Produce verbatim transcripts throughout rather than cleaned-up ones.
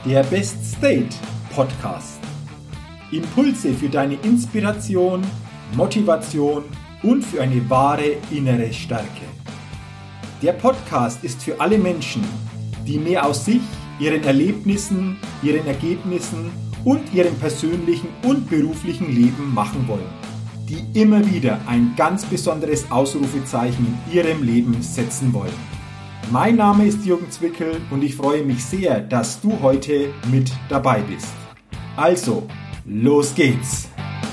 der Best State Podcast. Impulse für deine Inspiration, Motivation und für eine wahre innere Stärke. Der Podcast ist für alle Menschen, die mehr aus sich, ihren Erlebnissen, ihren Ergebnissen und ihrem persönlichen und beruflichen Leben machen wollen, die immer wieder ein ganz besonderes Ausrufezeichen in ihrem Leben setzen wollen. Mein Name ist Jürgen Zwickel und ich freue mich sehr, dass du heute mit dabei bist. Also, los geht's!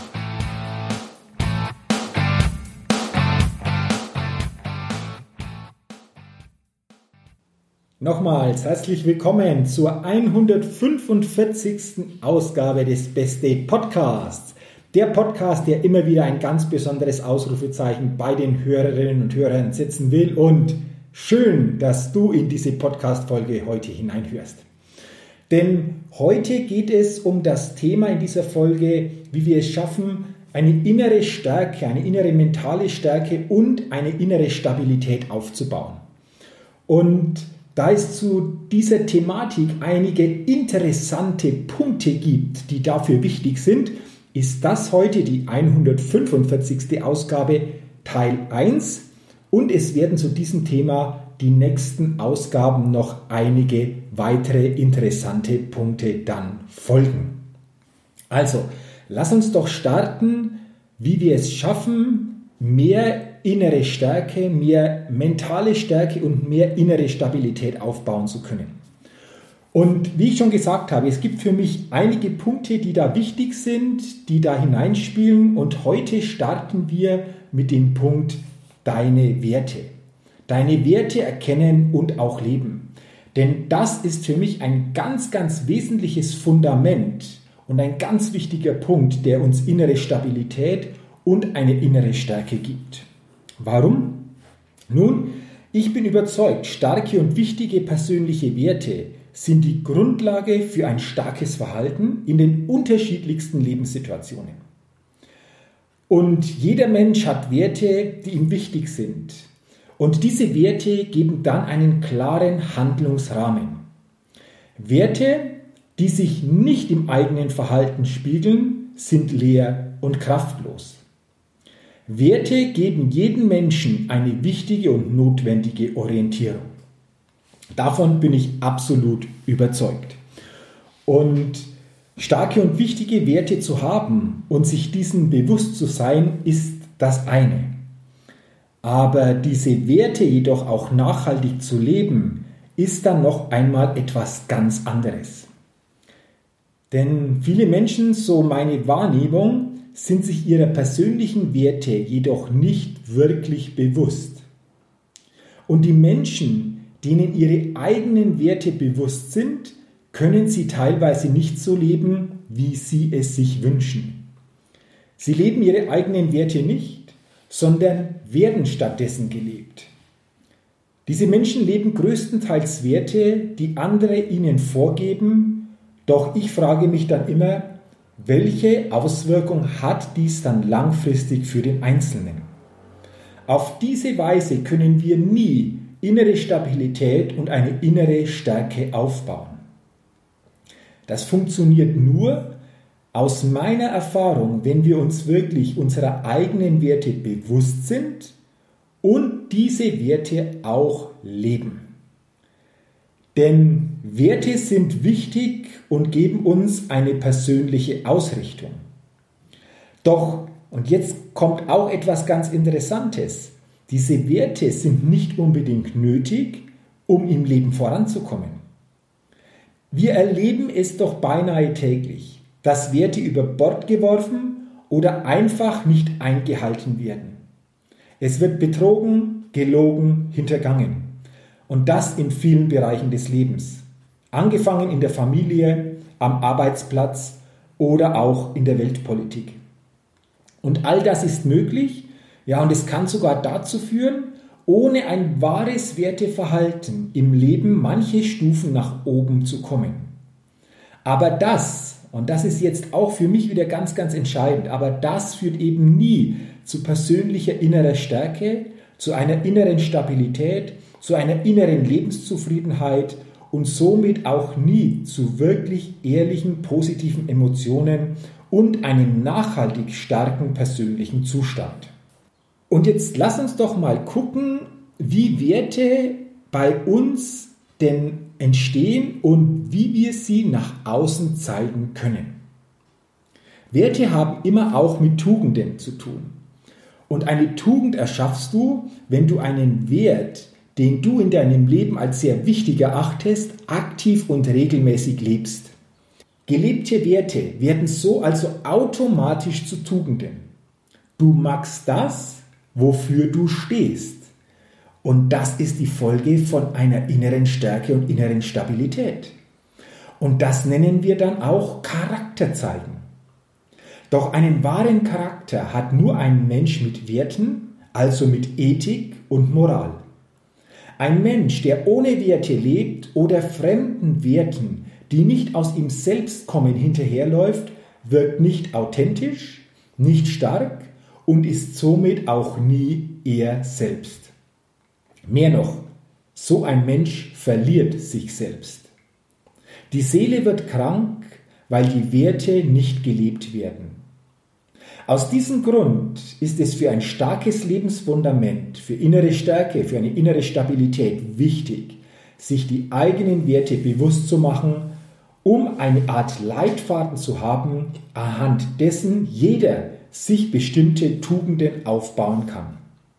Nochmals herzlich willkommen zur hundertfünfundvierzigsten Ausgabe des Best State Podcasts. Der Podcast, der immer wieder ein ganz besonderes Ausrufezeichen bei den Hörerinnen und Hörern setzen will, und schön, dass du in diese Podcast-Folge heute hineinhörst. Denn heute geht es um das Thema in dieser Folge, wie wir es schaffen, eine innere Stärke, eine innere mentale Stärke und eine innere Stabilität aufzubauen. Und da es zu dieser Thematik einige interessante Punkte gibt, die dafür wichtig sind, ist das heute die hundertfünfundvierzigste Ausgabe Teil eins und es werden zu diesem Thema die nächsten Ausgaben noch einige weitere interessante Punkte dann folgen. Also, lass uns doch starten, wie wir es schaffen, mehr innere Stärke, mehr mentale Stärke und mehr innere Stabilität aufbauen zu können. Und wie ich schon gesagt habe, es gibt für mich einige Punkte, die da wichtig sind, die da hineinspielen, und heute starten wir mit dem Punkt deine Werte. Deine Werte erkennen und auch leben. Denn das ist für mich ein ganz, ganz wesentliches Fundament und ein ganz wichtiger Punkt, der uns innere Stabilität und eine innere Stärke gibt. Warum? Nun, ich bin überzeugt, starke und wichtige persönliche Werte sind die Grundlage für ein starkes Verhalten in den unterschiedlichsten Lebenssituationen. Und jeder Mensch hat Werte, die ihm wichtig sind. Und diese Werte geben dann einen klaren Handlungsrahmen. Werte, die sich nicht im eigenen Verhalten spiegeln, sind leer und kraftlos. Werte geben jedem Menschen eine wichtige und notwendige Orientierung. Davon bin ich absolut überzeugt. Und starke und wichtige Werte zu haben und sich diesen bewusst zu sein, ist das eine. Aber diese Werte jedoch auch nachhaltig zu leben, ist dann noch einmal etwas ganz anderes. Denn viele Menschen, so meine Wahrnehmung, sind sich ihrer persönlichen Werte jedoch nicht wirklich bewusst. Und die Menschen, denen ihre eigenen Werte bewusst sind, können sie teilweise nicht so leben, wie sie es sich wünschen. Sie leben ihre eigenen Werte nicht, sondern werden stattdessen gelebt. Diese Menschen leben größtenteils Werte, die andere ihnen vorgeben, doch ich frage mich dann immer, welche Auswirkung hat dies dann langfristig für den Einzelnen? Auf diese Weise können wir nie innere Stabilität und eine innere Stärke aufbauen. Das funktioniert nur aus meiner Erfahrung, wenn wir uns wirklich unserer eigenen Werte bewusst sind und diese Werte auch leben. Denn Werte sind wichtig und geben uns eine persönliche Ausrichtung. Doch, und jetzt kommt auch etwas ganz Interessantes, diese Werte sind nicht unbedingt nötig, um im Leben voranzukommen. Wir erleben es doch beinahe täglich, dass Werte über Bord geworfen oder einfach nicht eingehalten werden. Es wird betrogen, gelogen, hintergangen. Und das in vielen Bereichen des Lebens. Angefangen in der Familie, am Arbeitsplatz oder auch in der Weltpolitik. Und all das ist möglich, ja, und es kann sogar dazu führen, ohne ein wahres Werteverhalten im Leben manche Stufen nach oben zu kommen. Aber das, und das ist jetzt auch für mich wieder ganz, ganz entscheidend, aber das führt eben nie zu persönlicher innerer Stärke, zu einer inneren Stabilität, zu einer inneren Lebenszufriedenheit und somit auch nie zu wirklich ehrlichen, positiven Emotionen und einem nachhaltig starken persönlichen Zustand. Und jetzt lass uns doch mal gucken, wie Werte bei uns denn entstehen und wie wir sie nach außen zeigen können. Werte haben immer auch mit Tugenden zu tun. Und eine Tugend erschaffst du, wenn du einen Wert, den du in deinem Leben als sehr wichtig erachtest, aktiv und regelmäßig lebst. Gelebte Werte werden so also automatisch zu Tugenden. Du magst das, wofür du stehst. Und das ist die Folge von einer inneren Stärke und inneren Stabilität. Und das nennen wir dann auch Charakter zeigen. Doch einen wahren Charakter hat nur ein Mensch mit Werten, also mit Ethik und Moral. Ein Mensch, der ohne Werte lebt oder fremden Werten, die nicht aus ihm selbst kommen, hinterherläuft, wirkt nicht authentisch, nicht stark und ist somit auch nie er selbst. Mehr noch, so ein Mensch verliert sich selbst. Die Seele wird krank, weil die Werte nicht gelebt werden. Aus diesem Grund ist es für ein starkes Lebensfundament, für innere Stärke, für eine innere Stabilität wichtig, sich die eigenen Werte bewusst zu machen, um eine Art Leitfaden zu haben, anhand dessen jeder sich bestimmte Tugenden aufbauen kann.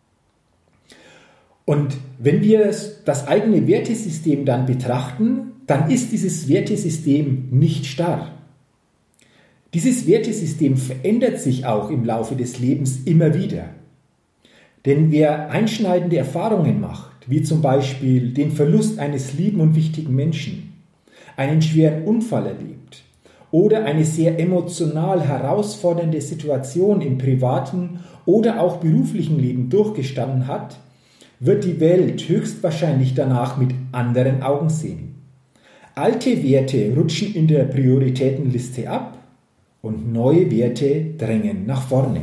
Und wenn wir das eigene Wertesystem dann betrachten, dann ist dieses Wertesystem nicht starr. Dieses Wertesystem verändert sich auch im Laufe des Lebens immer wieder. Denn wer einschneidende Erfahrungen macht, wie zum Beispiel den Verlust eines lieben und wichtigen Menschen, einen schweren Unfall erlebt oder eine sehr emotional herausfordernde Situation im privaten oder auch beruflichen Leben durchgestanden hat, wird die Welt höchstwahrscheinlich danach mit anderen Augen sehen. Alte Werte rutschen in der Prioritätenliste ab und neue Werte drängen nach vorne.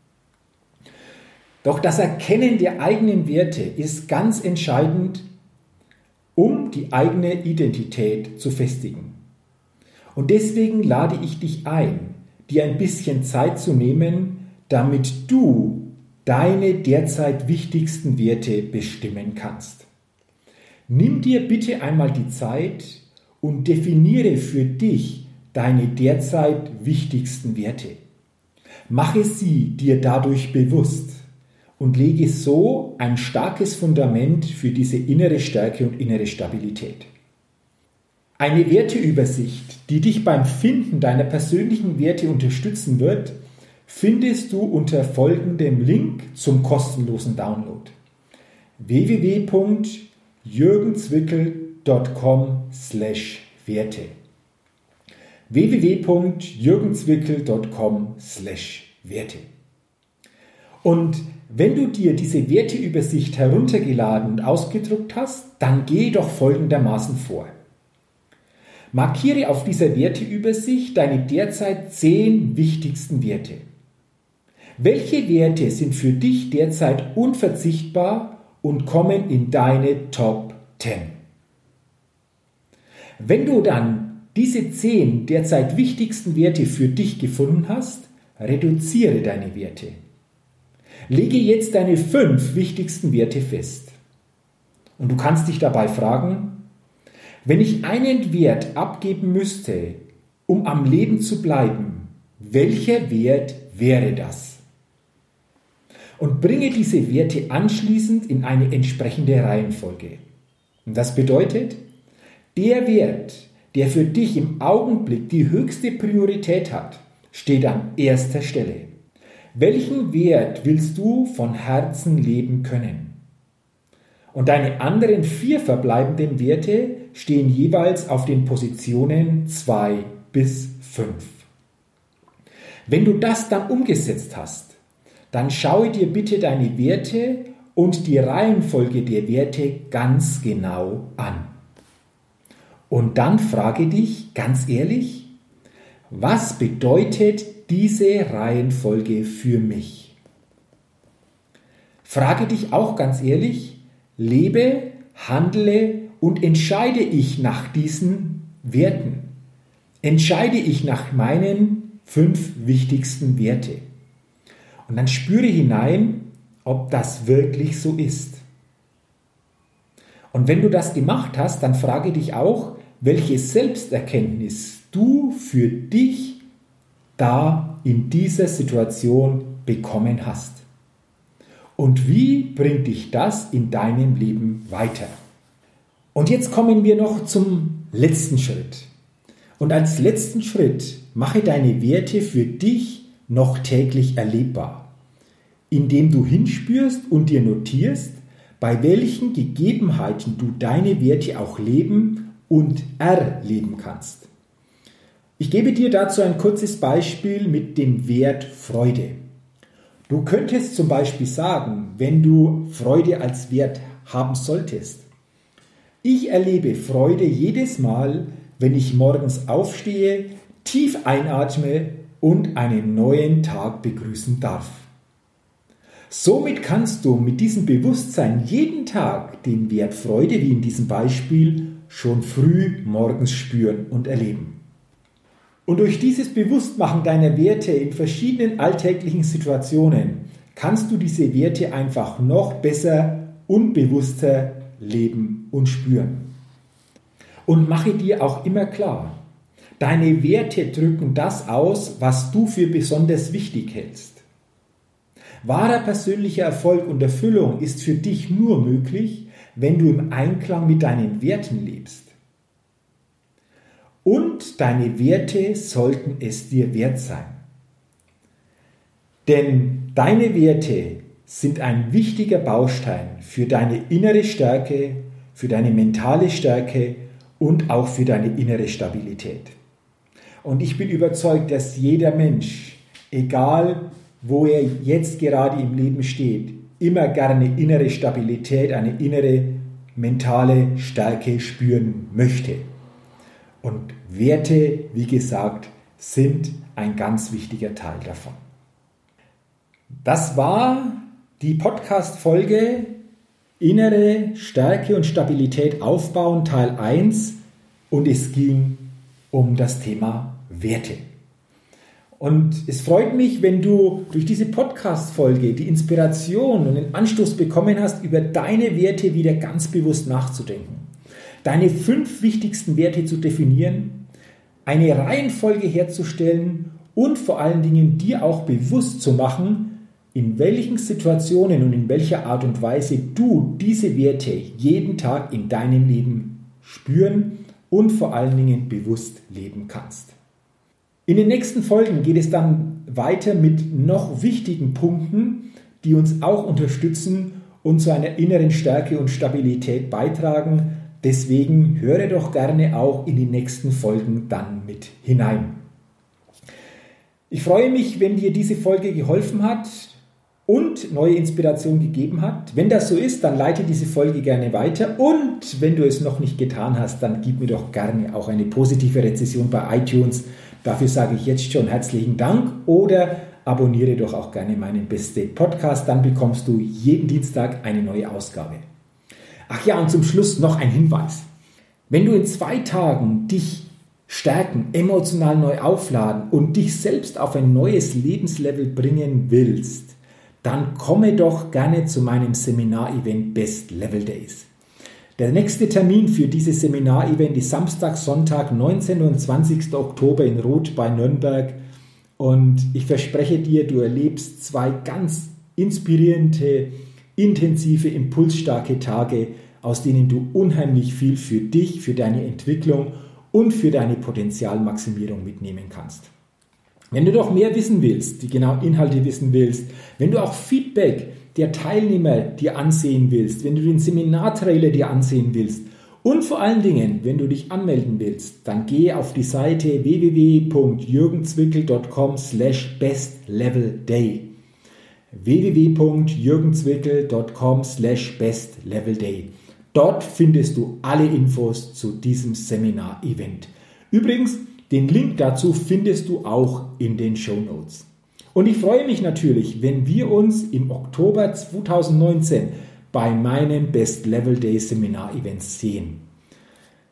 Doch das Erkennen der eigenen Werte ist ganz entscheidend, um die eigene Identität zu festigen. Und deswegen lade ich dich ein, dir ein bisschen Zeit zu nehmen, damit du deine derzeit wichtigsten Werte bestimmen kannst. Nimm dir bitte einmal die Zeit und definiere für dich deine derzeit wichtigsten Werte. Mache sie dir dadurch bewusst und lege so ein starkes Fundament für diese innere Stärke und innere Stabilität. Eine Werteübersicht, die dich beim Finden deiner persönlichen Werte unterstützen wird, findest du unter folgendem Link zum kostenlosen Download: w w w punkt jürgenzwickel punkt com slash Werte. w w w punkt jürgenzwickel punkt com slash Werte. Und wenn du dir diese Werteübersicht heruntergeladen und ausgedruckt hast, dann geh doch folgendermaßen vor. Markiere auf dieser Werteübersicht deine derzeit zehn wichtigsten Werte. Welche Werte sind für dich derzeit unverzichtbar und kommen in deine Top zehn? Wenn du dann diese zehn derzeit wichtigsten Werte für dich gefunden hast, reduziere deine Werte. Lege jetzt deine fünf wichtigsten Werte fest. Und du kannst dich dabei fragen, wenn ich einen Wert abgeben müsste, um am Leben zu bleiben, welcher Wert wäre das? Und bringe diese Werte anschließend in eine entsprechende Reihenfolge. Und das bedeutet, der Wert, der für dich im Augenblick die höchste Priorität hat, steht an erster Stelle. Welchen Wert willst du von Herzen leben können? Und deine anderen vier verbleibenden Werte stehen jeweils auf den Positionen zwei bis fünf. Wenn du das dann umgesetzt hast, dann schaue dir bitte deine Werte und die Reihenfolge der Werte ganz genau an. Und dann frage dich ganz ehrlich, was bedeutet diese Reihenfolge für mich? Frage dich auch ganz ehrlich, lebe, handle und entscheide ich nach diesen Werten? Entscheide ich nach meinen fünf wichtigsten Werte? Und dann spüre hinein, ob das wirklich so ist. Und wenn du das gemacht hast, dann frage dich auch, welche Selbsterkenntnis du für dich da in dieser Situation bekommen hast. Und wie bringt dich das in deinem Leben weiter? Und jetzt kommen wir noch zum letzten Schritt. Und als letzten Schritt mache deine Werte für dich noch täglich erlebbar, indem du hinspürst und dir notierst, bei welchen Gegebenheiten du deine Werte auch leben und erleben kannst. Ich gebe dir dazu ein kurzes Beispiel mit dem Wert Freude. Du könntest zum Beispiel sagen, wenn du Freude als Wert haben solltest: Ich erlebe Freude jedes Mal, wenn ich morgens aufstehe, tief einatme und einen neuen Tag begrüßen darf. Somit kannst du mit diesem Bewusstsein jeden Tag den Wert Freude, wie in diesem Beispiel, schon früh morgens spüren und erleben. Und durch dieses Bewusstmachen deiner Werte in verschiedenen alltäglichen Situationen kannst du diese Werte einfach noch besser und bewusster leben und spüren. Und mache dir auch immer klar, deine Werte drücken das aus, was du für besonders wichtig hältst. Wahrer persönlicher Erfolg und Erfüllung ist für dich nur möglich, wenn du im Einklang mit deinen Werten lebst. Und deine Werte sollten es dir wert sein. Denn deine Werte sind ein wichtiger Baustein für deine innere Stärke, für deine mentale Stärke und auch für deine innere Stabilität. Und ich bin überzeugt, dass jeder Mensch, egal wo er jetzt gerade im Leben steht, immer gerne innere Stabilität, eine innere mentale Stärke spüren möchte. Und Werte, wie gesagt, sind ein ganz wichtiger Teil davon. Das war die Podcast-Folge Innere Stärke und Stabilität aufbauen, Teil eins, und es ging um das Thema Werte. Und es freut mich, wenn du durch diese Podcast-Folge die Inspiration und den Anstoß bekommen hast, über deine Werte wieder ganz bewusst nachzudenken. Deine fünf wichtigsten Werte zu definieren, eine Reihenfolge herzustellen und vor allen Dingen dir auch bewusst zu machen, in welchen Situationen und in welcher Art und Weise du diese Werte jeden Tag in deinem Leben spüren und vor allen Dingen bewusst leben kannst. In den nächsten Folgen geht es dann weiter mit noch wichtigen Punkten, die uns auch unterstützen und zu einer inneren Stärke und Stabilität beitragen. Deswegen höre doch gerne auch in die nächsten Folgen dann mit hinein. Ich freue mich, wenn dir diese Folge geholfen hat und neue Inspiration gegeben hat. Wenn das so ist, dann leite diese Folge gerne weiter, und wenn du es noch nicht getan hast, dann gib mir doch gerne auch eine positive Rezension bei iTunes. Dafür sage ich jetzt schon herzlichen Dank, oder abonniere doch auch gerne meinen Best State Podcast, dann bekommst du jeden Dienstag eine neue Ausgabe. Ach ja, und zum Schluss noch ein Hinweis. Wenn du in zwei Tagen dich stärken, emotional neu aufladen und dich selbst auf ein neues Lebenslevel bringen willst, dann komme doch gerne zu meinem Seminar-Event Best Level Days. Der nächste Termin für dieses Seminar-Event ist Samstag, Sonntag, neunzehnten und zwanzigsten Oktober in Roth bei Nürnberg. Und ich verspreche dir, du erlebst zwei ganz inspirierende, intensive, impulsstarke Tage, aus denen du unheimlich viel für dich, für deine Entwicklung und für deine Potenzialmaximierung mitnehmen kannst. Wenn du doch mehr wissen willst, die genauen Inhalte wissen willst, wenn du auch Feedback der Teilnehmer dir ansehen willst, wenn du den Seminartrailer dir ansehen willst und vor allen Dingen, wenn du dich anmelden willst, dann gehe auf die Seite w w w punkt jürgenzwickel punkt com slash bestlevelday. w w w punkt jürgenzwickel punkt com slash bestlevelday. Dort findest du alle Infos zu diesem Seminar-Event. Übrigens, den Link dazu findest du auch in den Shownotes. Und ich freue mich natürlich, wenn wir uns im Oktober zweitausendneunzehn bei meinem Best Level Day Seminar Event sehen.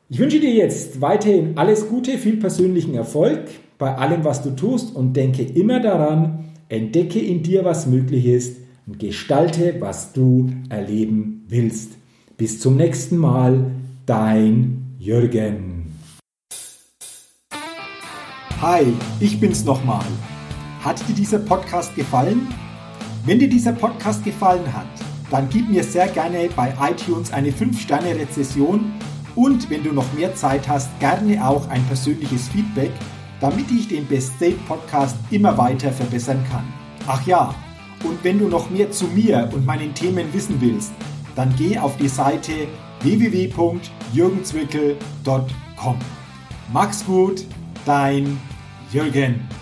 Ich wünsche dir jetzt weiterhin alles Gute, viel persönlichen Erfolg bei allem, was du tust und denke immer daran, entdecke in dir, was möglich ist und gestalte, was du erleben willst. Bis zum nächsten Mal, dein Jürgen. Hi, ich bin's nochmal. Hat dir dieser Podcast gefallen? Wenn dir dieser Podcast gefallen hat, dann gib mir sehr gerne bei iTunes eine fünf Sterne Rezession und wenn du noch mehr Zeit hast, gerne auch ein persönliches Feedback, damit ich den Best State Podcast immer weiter verbessern kann. Ach ja, und wenn du noch mehr zu mir und meinen Themen wissen willst, dann geh auf die Seite w w w punkt jürgen zwickel punkt com. Mach's gut, dein Jürgen.